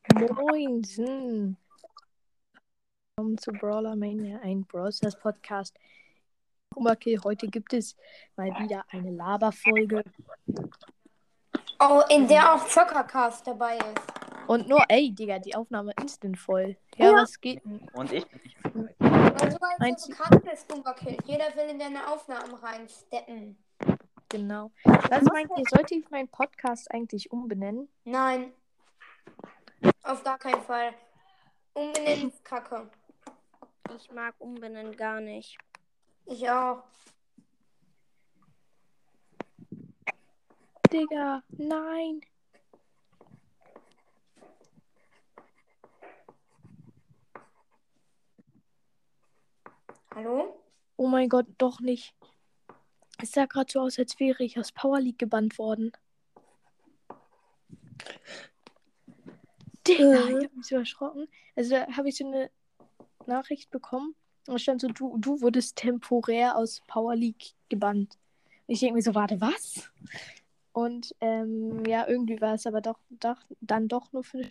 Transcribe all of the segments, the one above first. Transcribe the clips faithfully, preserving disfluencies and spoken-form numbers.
Moinsen. Willkommen zu Brawler Mania, ein Brawl Stars Podcast. Okay, heute gibt es mal wieder eine Laberfolge. Oh, in der auch Zockercast dabei ist. Und nur, ey, Digga, die Aufnahme instant voll. Ja, Ja. was geht denn? Und ich bin nicht dabei. Weil du halt Meinst so du- bekannt bist, Gumbakill. Jeder will in deine Aufnahmen reinsteppen. Genau. Was meint ihr, sollte ich meinen Podcast eigentlich umbenennen? Nein. Auf gar keinen Fall. Umbenennen ist Kacke. Ich mag umbenennen gar nicht. Ich auch. Digga, nein. Hallo? Oh mein Gott, doch nicht. Es sah gerade so aus, als wäre ich aus Power League gebannt worden. Digga, ich hab mich so erschrocken. Also da habe ich so eine Nachricht bekommen. Und stand so, du, du wurdest temporär aus Power League gebannt. Und ich denke mir so, warte, was? Und ähm, ja, irgendwie war es aber doch, doch dann doch nur für eine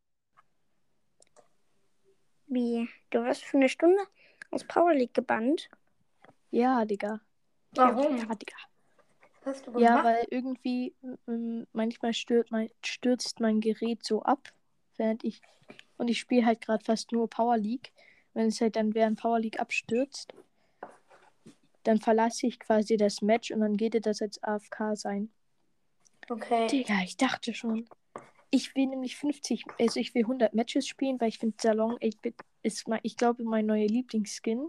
Wie? Du wirst für eine Stunde aus Power League gebannt? Ja, Digga. Warum? Ja, Digga. Was hast du Ja, gemacht? weil irgendwie ähm, manchmal stört mein, stürzt mein Gerät so ab, während ich. Und ich spiele halt gerade fast nur Power League. Wenn es halt dann während Power League abstürzt, dann verlasse ich quasi das Match und dann geht das als A F K sein. Okay. Digga, ich dachte schon. Ich will nämlich fünfzig, also ich will hundert Matches spielen, weil ich finde Salon acht Bit ist, mein, ich glaube, mein neuer Lieblingsskin.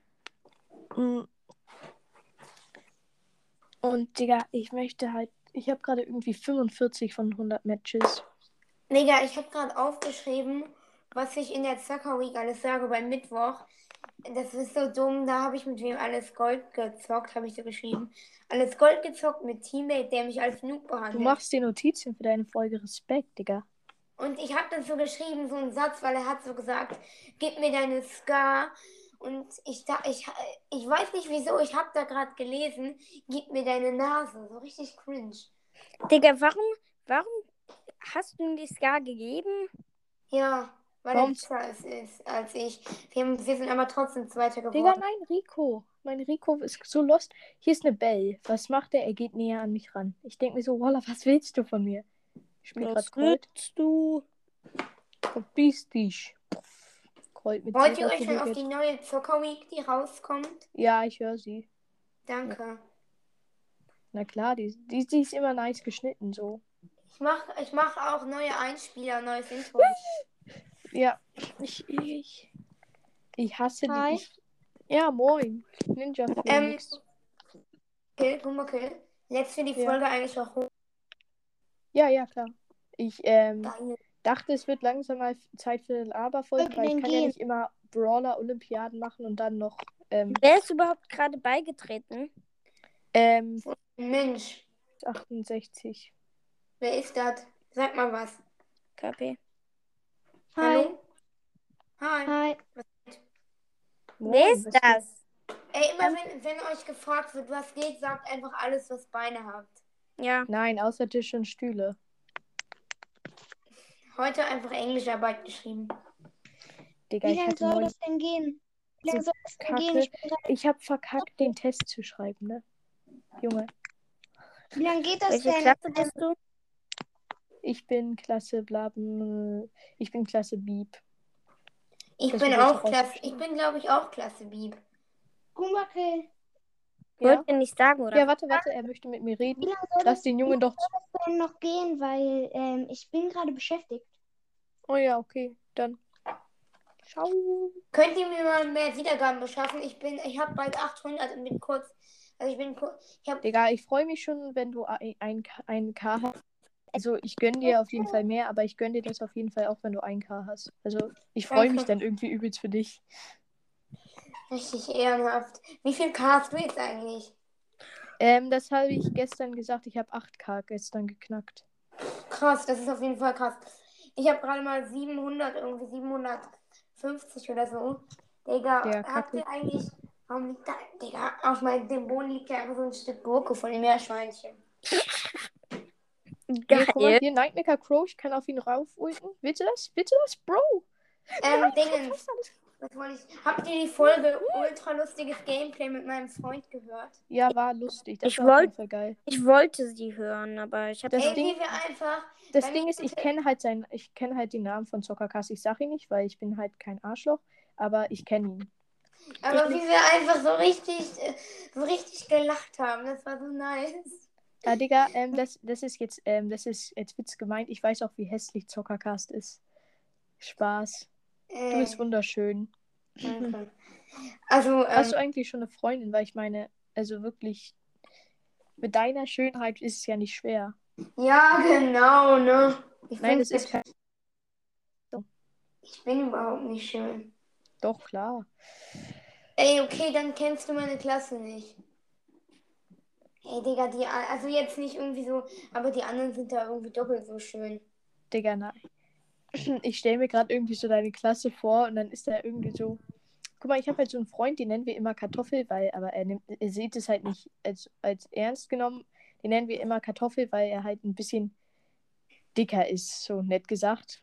Und Digga, ich möchte halt, ich habe gerade irgendwie fünfundvierzig von hundert Matches. Digga, ich habe gerade aufgeschrieben, was ich in der Zocker Week alles sage beim Mittwoch. Das ist so dumm, da habe ich mit wem alles Gold gezockt, habe ich so geschrieben. Alles Gold gezockt mit Teammate, der mich als Noob Du behandelt. machst dir Notizen für deine Folge. Respekt, Digga. Und ich habe das so geschrieben, so einen Satz, weil er hat so gesagt, gib mir deine Scar. Und ich da, ich, ich weiß nicht wieso, ich habe da gerade gelesen, gib mir deine Nase. So richtig cringe. Digga, warum, warum hast du ihm die Scar gegeben? Ja, weil Warum? er besser ist, ist als ich. Wir, haben, wir sind aber trotzdem Zweiter geworden. Digga, nein, Rico. Mein Rico ist so lost. Hier ist eine Belle. Was macht er? Er geht näher an mich ran. Ich denke mir so, Walla, was willst du von mir? Ich spiele gerade Was Colt. willst du? Verpiss dich. Colt mit Wollt ihr euch Siegerkugel schon auf geht. die neue Zocker Week, die rauskommt? Ja, ich höre sie. Danke. Na klar, die, die, die ist immer nice geschnitten, so. Ich mache ich mach auch neue Einspieler, neues Intro. Ja, ich, ich, ich hasse Hi. die. Ich, ja, moin. Ninja Ähm, Phoenix. Kill, guck mal, Kill. Lädst du die Ja. Folge eigentlich auch hoch? Ja, ja, klar. Ich ähm, Geil. dachte, es wird langsam mal Zeit für eine Laberfolge, Soll weil ich denn kann ja gehen? nicht immer Brawler-Olympiaden machen und dann noch ähm, Wer ist überhaupt gerade beigetreten? ähm, Mensch, achtundsechzig. wer ist das? Sag mal was. K P. Hallo? Hi. Hi. Moin, Wer ist was geht? das? Ey, immer wenn, wenn euch gefragt wird, was geht, sagt einfach alles, was Beine hat. Ja. Nein, außer Tisch und Stühle. Heute einfach Englischarbeit geschrieben. Digga, Wie ich lange hatte soll neun das denn gehen? Wie lange so soll das denn gehen? Kacke. Ich bin grad, Ich hab verkackt, den Test zu schreiben, ne? Junge, wie lange geht das Welche denn? Klasse bist du? ich bin Klasse Blaben. Ich bin Klasse Bieb. Ich Das bin wird jetzt auch Klasse, herausgestellt. ich bin glaube ich auch Klasse Bieb. Gumbakel, Ja? Wollt ihr nicht sagen, oder? Ja, warte, warte, er möchte mit mir wie reden. lange soll Lass das den Jungen doch. denn noch gehen? Weil ähm, ich bin gerade beschäftigt. Oh ja, okay, dann. Ciao. Könnt ihr mir mal mehr Wiedergaben beschaffen? Ich bin, ich habe bald achthundert und bin kurz, also ich bin kurz, ich habe, Digga, ich freue mich schon, wenn du ein, ein, ein K hast. Also ich gönne dir auf jeden Fall mehr, aber ich gönne dir das auf jeden Fall auch, wenn du ein K hast. Also ich freue mich Danke. dann irgendwie übelst für dich. Richtig ehrenhaft. Wie viel K hast du jetzt eigentlich? Ähm, das habe ich gestern gesagt. Ich habe acht K gestern geknackt. Krass, das ist auf jeden Fall krass. Ich habe gerade mal siebenhundert, irgendwie siebenhundertfünfzig oder so. Digga, Ja, habt kacke. ihr eigentlich, warum liegt da, Digga, auf meinem dem Boden liegt ja einfach so ein Stück Gurke von dem Meerschweinchen. Hier, guck mal, Geil. hier, Nightmaker Crow, ich kann auf ihn raufulten. Willst du das? Willst du das, Bro? Ähm, Dingens. Fast alles. Was wollte ich? Habt ihr die Folge ultra lustiges Gameplay mit meinem Freund gehört? Ja, war lustig. Das Ich war auf jeden wollt- Fall geil. Ich wollte sie hören, aber ich habe Das Ey, Ding- wie wir einfach. Das bei Ding mir ist, ich unter- kenne halt sein, ich kenne halt den Namen von Zockercast. Ich sag ihn nicht, weil ich bin halt kein Arschloch, aber ich kenne ihn. Aber Ich- wie wir einfach so richtig, äh, so richtig gelacht haben, das war so nice. Ah, Digga, ähm, das, das ist jetzt, ähm, das ist jetzt Witz gemeint. Ich weiß auch, wie hässlich Zockercast ist. Spaß. Du Äh, bist wunderschön. danke. Also, ähm, Hast du eigentlich schon eine Freundin? Weil ich meine, also wirklich, mit deiner Schönheit ist es ja nicht schwer. ja, genau, ne? Ich Nein, bin, das ist kein. ich bin überhaupt nicht schön. Doch, klar. Ey, okay, dann kennst du meine Klasse nicht. Ey, Digga, die, a- also jetzt nicht irgendwie so, aber die anderen sind da irgendwie doppelt so schön. Digga, nein. Ich stelle mir gerade irgendwie so deine Klasse vor und dann ist da irgendwie so. Guck mal, ich habe halt so einen Freund, den nennen wir immer Kartoffel, weil, aber er nimmt, er sieht es halt nicht als, als ernst genommen. Den nennen wir immer Kartoffel, weil er halt ein bisschen dicker ist, so nett gesagt.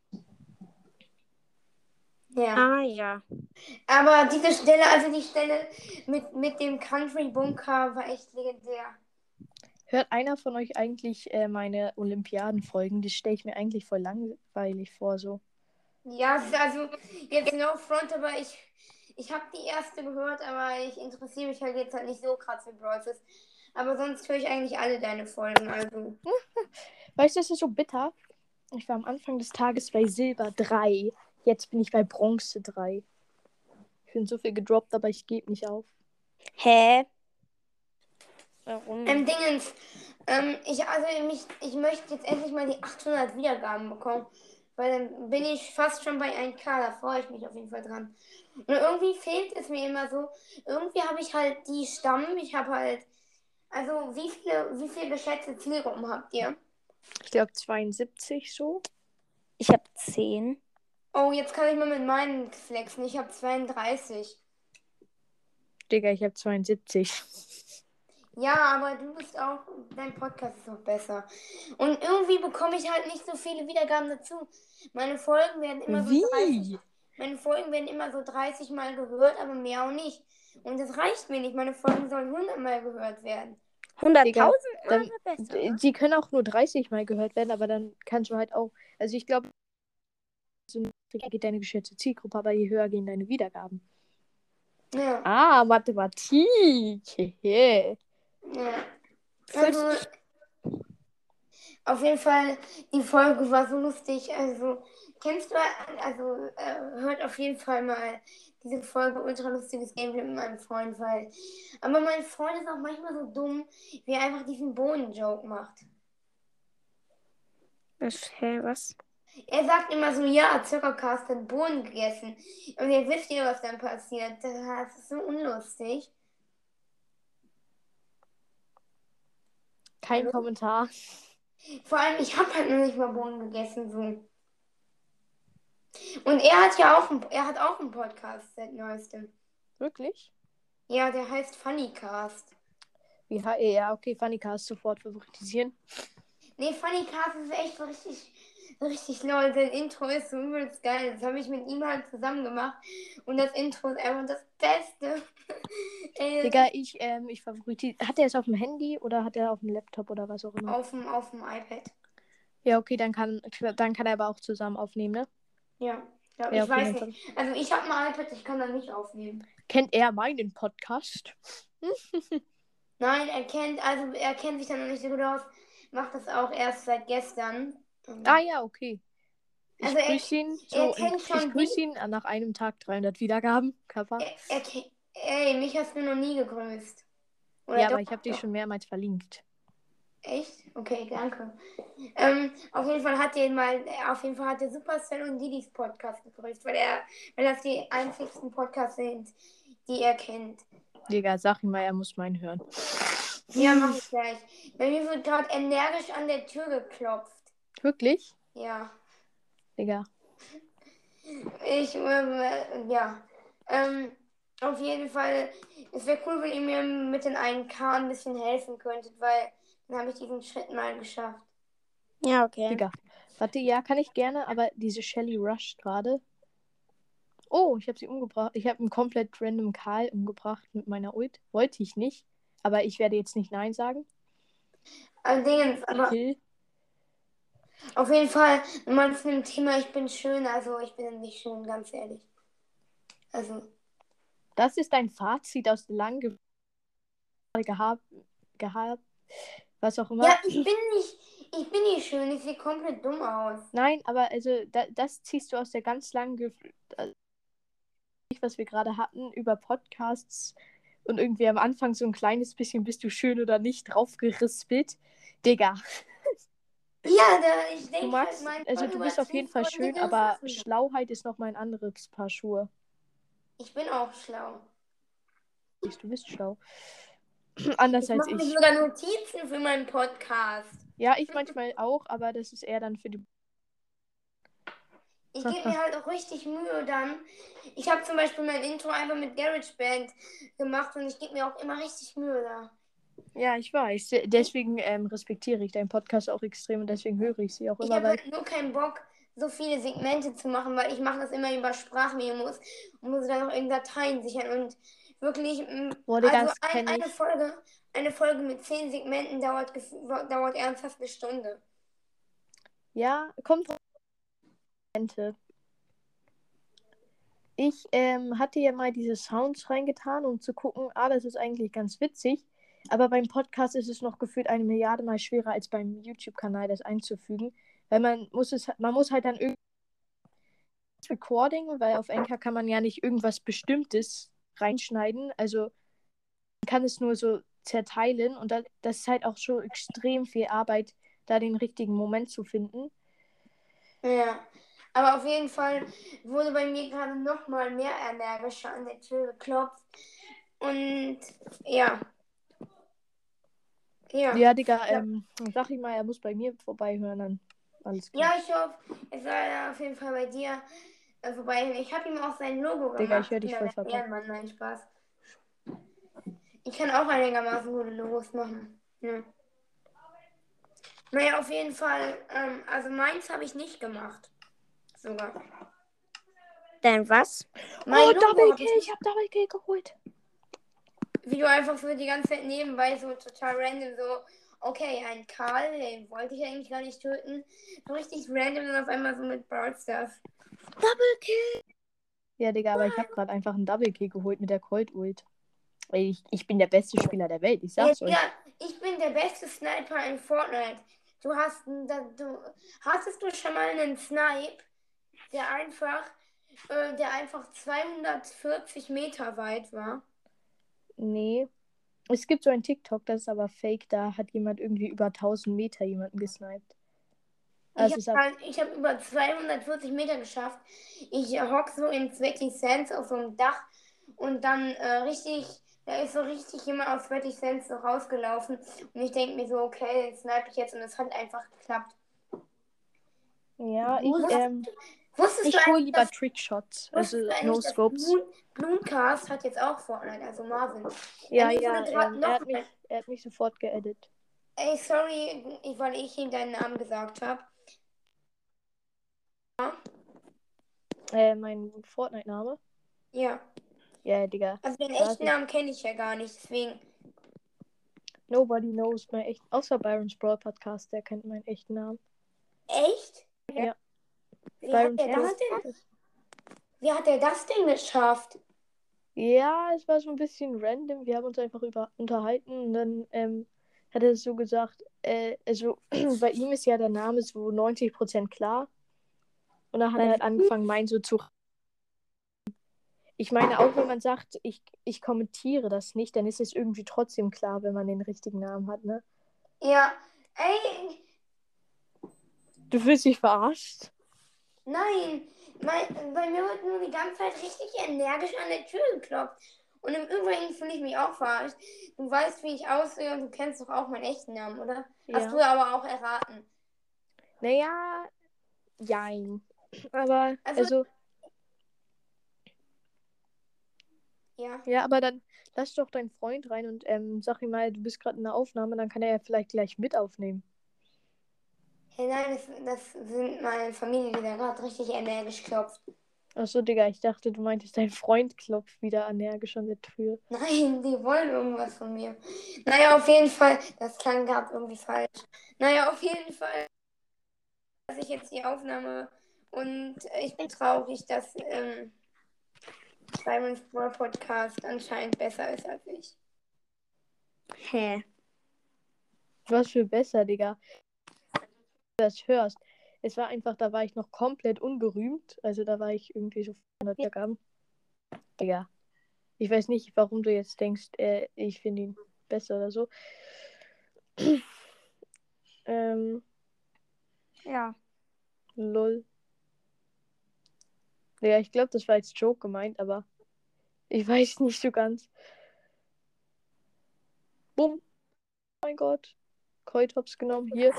Ja. Ah ja. Aber diese Stelle, also die Stelle mit, mit dem Country Bunker war echt legendär. Hört einer von euch eigentlich äh, meine Olympiadenfolgen? Das stelle ich mir eigentlich voll langweilig vor, so. Ja, es ist also jetzt no front, aber ich, ich habe die erste gehört, aber ich interessiere mich halt jetzt halt nicht so krass für Brawl Stars. Aber sonst höre ich eigentlich alle deine Folgen, also. Weißt du, das ist so bitter. Ich war am Anfang des Tages bei Silber drei. Jetzt bin ich bei Bronze drei. Ich bin so viel gedroppt, aber ich gebe nicht auf. Hä? Warum? Ähm, Dingens, ähm, ich, also mich, ich möchte jetzt endlich mal die achthundert Wiedergaben bekommen, weil dann bin ich fast schon bei eins K, da freue ich mich auf jeden Fall dran. Und irgendwie fehlt es mir immer so, irgendwie habe ich halt die Stamm, ich habe halt, also wie viele, wie viele geschätzte Zielgruppen habt ihr? Ich glaube zweiundsiebzig so. Ich habe zehn. Oh, jetzt kann ich mal mit meinen flexen, ich habe zweiunddreißig. Digga, ich habe zweiundsiebzig. Ja, aber du bist auch, dein Podcast ist auch besser. Und irgendwie bekomme ich halt nicht so viele Wiedergaben dazu. Meine Folgen werden immer so dreißig. Meine Folgen werden immer so dreißig Mal gehört, aber mehr auch nicht. Und das reicht mir nicht. Meine Folgen sollen hundert Mal gehört werden. hunderttausend Mal Dann, wäre besser. d- ne? die können auch nur dreißig Mal gehört werden, aber dann kannst du halt auch. Also ich glaube, so niedriger geht deine geschätzte Zielgruppe, aber je höher gehen deine Wiedergaben. Ja. Ah, Mathematik. Hehe. Ja. Also, auf jeden Fall, die Folge war so lustig. Also, kennst du, also, äh, hört auf jeden Fall mal diese Folge Ultra lustiges Gameplay mit meinem Freund, weil. Aber mein Freund ist auch manchmal so dumm, wie er einfach diesen Bohnen-Joke macht. Was? Hä, was? Er sagt immer so, ja, Zuckercast hat Bohnen gegessen. Und ihr wisst ja, was dann passiert. Das ist so unlustig. Kein Hallo? Kommentar. Vor allem, ich habe halt noch nicht mal Bohnen gegessen, so. Und er hat ja auch, einen, er hat auch einen Podcast seit neuestem. Wirklich? Ja, der heißt Funnycast. Wie, ha- ja, okay, Funnycast sofort favorisieren. Nee, Funnycast ist echt so richtig, so richtig lol. Sein Intro ist so übelst geil. Das habe ich mit ihm halt zusammen gemacht. Und das Intro ist einfach das Beste. Ey, Digga, ich, ähm, ich favorisiere. Hat er es auf dem Handy oder hat er auf dem Laptop oder was auch immer? auf dem, auf dem iPad. Ja, okay, dann kann, dann kann er aber auch zusammen aufnehmen, ne? Ja, ja, Ja, ich okay, weiß dann nicht. Also ich habe ein iPad, ich kann da nicht aufnehmen. Kennt er meinen Podcast? Nein, er kennt, also er kennt sich da noch nicht so gut aus. Macht das auch erst seit gestern. Ah ja, okay. Ich Also er- grüße ihn. er So, kennt ich schon grüße ihn nach einem Tag dreihundert Wiedergaben. Kappa. Er, er, ke- ey, mich hast du noch nie gegrüßt. Oder Ja, doch, aber ich habe dich doch. schon mehrmals verlinkt. Echt? Okay, danke. Ähm, auf jeden Fall hat er mal, auf jeden Fall hat der Supercell und Didis Podcast gegrüßt, weil er, weil das die einzigsten Podcasts sind, die er kennt. Digga, sag ihm mal, er muss meinen hören. Ja, mach ich gleich. Bei mir wird gerade energisch an der Tür geklopft. Wirklich? Ja. Digga. Ich, äh, ja. Ähm, auf jeden Fall, es wäre cool, wenn ihr mir mit den eins K ein bisschen helfen könntet, weil dann habe ich diesen Schritt mal geschafft. Ja, okay. Digga. Warte, ja, kann ich gerne, aber diese Shelly rusht gerade. Oh, ich habe sie umgebracht. Ich habe einen komplett random Karl umgebracht mit meiner Ult. Wollte ich nicht, aber ich werde jetzt nicht Nein sagen. Allerdings, aber Kill. auf jeden Fall, nochmal zu dem Thema, ich bin schön, also ich bin nicht schön, ganz ehrlich. Also, Das ist ein Fazit aus lang ge gehabt, gehabt, was auch immer. ja, ich bin nicht, ich bin nicht schön, ich sehe komplett dumm aus. Nein, aber also da, das ziehst du aus der ganz langen, Ge äh, was wir gerade hatten, über Podcasts und irgendwie am Anfang so ein kleines bisschen bist du schön oder nicht draufgerispelt. Digga, Ja, da, ich du denke halt magst, mal also voll du bist auf jeden Fall schön, übertriebene aber Sachen. Schlauheit ist noch mal ein anderes Paar Schuhe. Ich bin auch schlau. Du bist schlau. Anders Ich als mache mir ich. sogar Notizen für meinen Podcast. Ja, ich manchmal auch, aber das ist eher dann für die. Ich gebe mir halt auch richtig Mühe dann. Ich habe zum Beispiel mein Intro einfach mit GarageBand gemacht und ich gebe mir auch immer richtig Mühe da. Ja, ich weiß. De- Deswegen ähm, respektiere ich deinen Podcast auch extrem und deswegen höre ich sie auch Ich immer, habe weil. halt nur keinen Bock, so viele Segmente zu machen, weil ich mache das immer über Sprachmemos und muss dann noch irgendeine Dateien sichern und wirklich, mm, Boah, Digga, also das ein, kenn eine ich. Folge, eine Folge mit zehn Segmenten dauert, gef- dauert ernsthaft eine Stunde. Ja, kommt drauf an. Ich ähm, hatte ja mal diese Sounds reingetan, um zu gucken, ah, das ist eigentlich ganz witzig. Aber beim Podcast ist es noch gefühlt eine Milliarde Mal schwerer als beim YouTube-Kanal, das einzufügen. Weil man muss es, man muss halt dann irgendwie Recording, weil auf Anchor kann man ja nicht irgendwas Bestimmtes reinschneiden. Also man kann es nur so zerteilen und da, das ist halt auch schon extrem viel Arbeit, da den richtigen Moment zu finden. Ja, aber auf jeden Fall wurde bei mir gerade noch mal mehr energischer an der Tür geklopft. Und ja, ja. Ja, Digga, Ja, ähm, sag ich mal, er muss bei mir vorbeihören, dann alles klar. ja, ich hoffe, es soll ja auf jeden Fall bei dir äh, vorbei. Ich habe ihm auch sein Logo Digga, gemacht. ich höre Ich bin dich da voll der verpackt. Ehrenmann, nein, Spaß. Ich kann auch einigermaßen gute Logos machen. Ja. Naja, auf jeden Fall, ähm, also meins habe ich nicht gemacht. Sogar. Denn was? Mein Oh, Logo Double habe Kill, ich ich hab Double Kill geholt. Wie du einfach so die ganze Zeit nebenbei so total random so, okay, ein Karl, den wollte ich eigentlich gar nicht töten. So richtig random und auf einmal so mit Brawl Stars. Double Kill. Ja, Digga, aber ich habe gerade einfach einen Double Kill geholt mit der Colt Ult. Ich, ich bin der beste Spieler der Welt, ich Ja, sag's euch. Digga, ich bin der beste Sniper in Fortnite. Du hast, da, du, hattest du schon mal einen Snipe, der einfach, äh, der einfach zweihundertvierzig Meter weit war? Nee. Es gibt so ein TikTok, das ist aber fake, da hat jemand irgendwie über tausend Meter jemanden gesniped. Ich Also habe es ist ab halt, ich hab über zweihundertvierzig Meter geschafft. Ich äh, hock so in Sweaty Sands auf so einem Dach und dann äh, richtig, da ist so richtig jemand aus Sweaty Sands so rausgelaufen und ich denke mir so, okay, den snipe ich jetzt und es hat einfach geklappt. Ja, ich, Wusstest, ähm, wusstest du ich hole eigentlich, lieber dass, Trickshots, wusstest also du No eigentlich, dass Scopes. Bloom, Bloomcast hat jetzt auch Fortnite, also Marvin. Ja, Ey, mir ja, wurde gerade ähm, er noch hat mich, ein, er hat mich sofort geedit. ey, sorry, ich, weil ich ihm deinen Namen gesagt habe. Äh, mein Fortnite-Name? Ja, Ja, Digga. also den Da echten Namen kenne ich ja gar nicht, deswegen. Nobody knows my echt, außer Byron's Brawl Podcast, der kennt meinen echten Namen. Echt? Ja. Wie hat Byron's der Brawl das denn? Podcast. Wie hat er das denn geschafft? Ja, es war so ein bisschen random. Wir haben uns einfach über unterhalten und dann ähm, hat er so gesagt, äh, also bei ihm ist ja der Name so neunzig Prozent klar. Und dann hat Bei er halt angefangen, meinen so zu. Ich meine, auch wenn man sagt, ich, ich kommentiere das nicht, dann ist es irgendwie trotzdem klar, wenn man den richtigen Namen hat, ne? Ja, ey, Du fühlst dich verarscht? nein. Mein, bei mir wird nur die ganze Zeit richtig energisch an der Tür geklopft. Und im Übrigen fühle ich mich auch verarscht. Du weißt, wie ich aussehe und du kennst doch auch meinen echten Namen, oder? Hast du Ja. aber auch erraten. Naja, jein. Aber, Also, also, ja. ja, aber dann lass doch deinen Freund rein und ähm, sag ihm mal, du bist gerade in der Aufnahme, dann kann er ja vielleicht gleich mit aufnehmen. Hey, nein, das, das sind meine Familie, die da gerade richtig energisch klopft. Achso, Digga, ich dachte, du meintest, dein Freund klopft wieder energisch an der Tür. Nein, die wollen irgendwas von mir. Naja, auf jeden Fall, das klang gerade irgendwie falsch. Naja, auf jeden Fall, dass ich jetzt die Aufnahme und ich bin traurig, dass ähm, Simons Brawl Podcast anscheinend besser ist als ich. Hä? Was für besser, Digga. Wenn du das hörst. Es war einfach, da war ich noch komplett unberühmt. Also da war ich irgendwie so hundert Wiedergaben. Digga. Ich weiß nicht, warum du jetzt denkst, äh, ich finde ihn besser oder so. ähm, Ja. lol. Ja, ich glaube, das war als Joke gemeint, aber ich weiß nicht so ganz. Bumm. Oh mein Gott. Coitops genommen. Hier.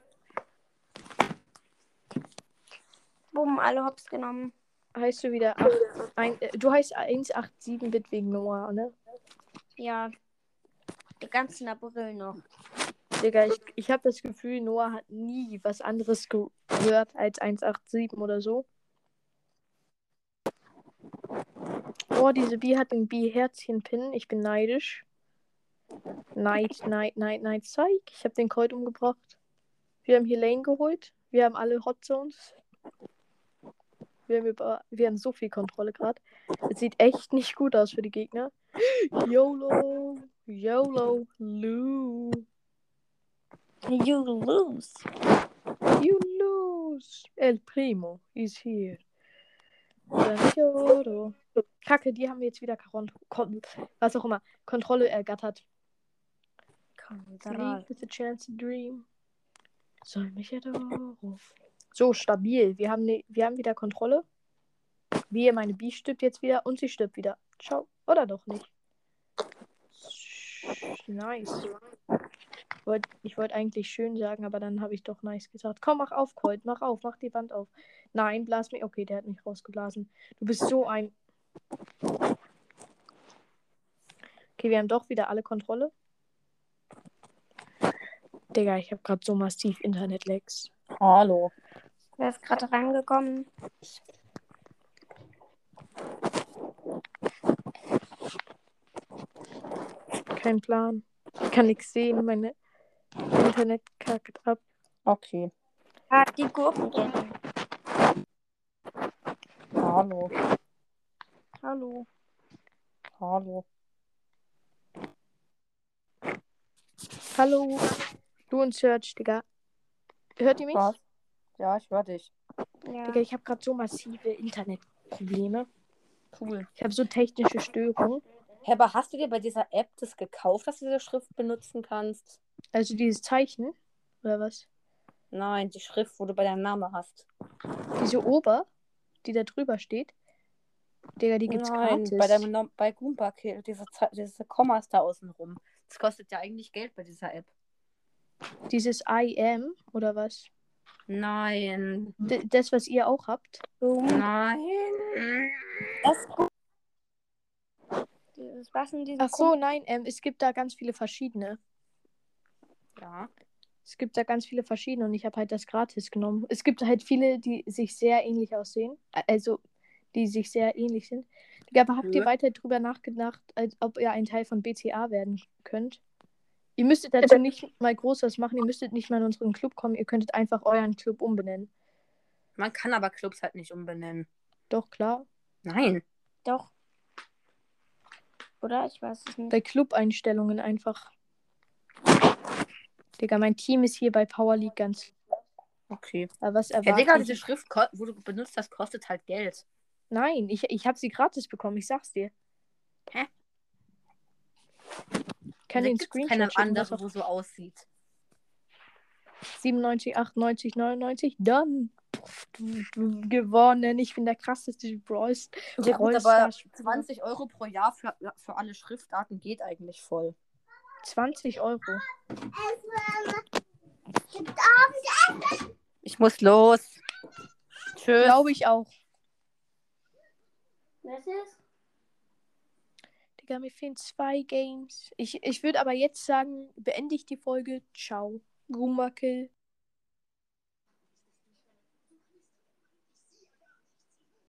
Bumm, alle hops genommen. Heißt du wieder acht, ein, äh, du heißt eins acht sieben Bit wegen Noah, ne? Ja. Den ganzen April noch. Digga, ich, ich habe das Gefühl, Noah hat nie was anderes gehört als eins acht sieben oder so. Oh, diese B hat einen B-Herzchen-Pin. Ich bin neidisch. Neid, Neid, Neid, Neid, zeig. Ich habe den Colt umgebracht. Wir haben hier Lane geholt. Wir haben alle Hot Zones. Wir haben, über, wir haben so viel Kontrolle gerade. Es sieht echt nicht gut aus für die Gegner. YOLO. YOLO. Lou. You lose. You lose. El Primo is here. Danjoro. Kacke, die haben wir jetzt wieder Karon Kon was auch immer. Kontrolle ergattert. League with a chance to dream. Soll mich adoro. So, stabil. Wir haben, ne, wir haben wieder Kontrolle. Wehe, meine B stirbt jetzt wieder und sie stirbt wieder. Ciao. Oder doch nicht. Nice. Ich wollte ich wollt eigentlich schön sagen, aber dann habe ich doch nice gesagt. Komm, mach auf, Colt. Mach auf. Mach die Wand auf. Nein, blas mich. Okay, der hat mich rausgeblasen. Du bist so ein... Okay, wir haben doch wieder alle Kontrolle. Digga, ich habe gerade so massiv Internet-Lags. Hallo. Wer ist gerade reingekommen? Kein Plan. Ich kann nichts sehen. Meine Internet kackt ab. Okay. Ah, die Gurkengänge. Hallo. Hallo. Hallo. Hallo. Du und Search, Digga. Hört ihr mich? Was? Ja, ich höre dich. Ja. Digga, ich habe gerade so massive Internetprobleme. Cool. Ich habe so technische Störungen. Hä, aber hast du dir bei dieser App das gekauft, dass du diese Schrift benutzen kannst? Also dieses Zeichen. Oder was? Nein, die Schrift, wo du bei deinem Namen hast. Diese Ober, die da drüber steht. Digga, die gibt's Nein, gratis. bei deinem Nom bei Goomba Kill, diese, Ze- diese Kommas da außen rum. Das kostet ja eigentlich Geld bei dieser App. Dieses I am, oder was? Nein. D das, was ihr auch habt. Nein. Das ist gut. Dieses, was sind diese Ach so, nein, ähm, es gibt da ganz viele verschiedene. Ja. Es gibt da ganz viele verschiedene und ich habe halt das gratis genommen. Es gibt halt viele, die sich sehr ähnlich aussehen. Ä- Also, die sich sehr ähnlich sind. Digga, aber habt ihr Nö. weiter drüber nachgedacht, als ob ihr ein Teil von B C A werden könnt? Ihr müsstet dazu nicht mal groß was machen. Ihr müsstet nicht mal in unseren Club kommen. Ihr könntet einfach euren Club umbenennen. Man kann aber Clubs halt nicht umbenennen. Doch, klar. Nein. Doch. Oder? Ich weiß es nicht. Bei Club-Einstellungen einfach. Digga, mein Team ist hier bei Power League ganz. Okay. Aber was Ja, erwartet Digga, ihr? diese Schrift, ko- wo du benutzt hast, kostet halt Geld. Nein, ich, ich habe sie gratis bekommen. Ich sag's dir. Hä? Ich kann den Gibt's Screenshot keine schicken, was andere, auf wo so aussieht. siebenundneunzig, achtundneunzig, neunundneunzig. Dann. Gewonnen. Ich bin der krasseste Brawl Ja gut, Brawl aber Stars- zwanzig Euro pro Jahr für, für alle Schriftarten geht eigentlich voll. zwanzig Euro. Ich muss los. Tschüss. Glaube ich auch. Was ist? Digga, mir fehlen zwei Games. Ich, ich würde aber jetzt sagen, beende ich die Folge. Ciao. Gumbakill.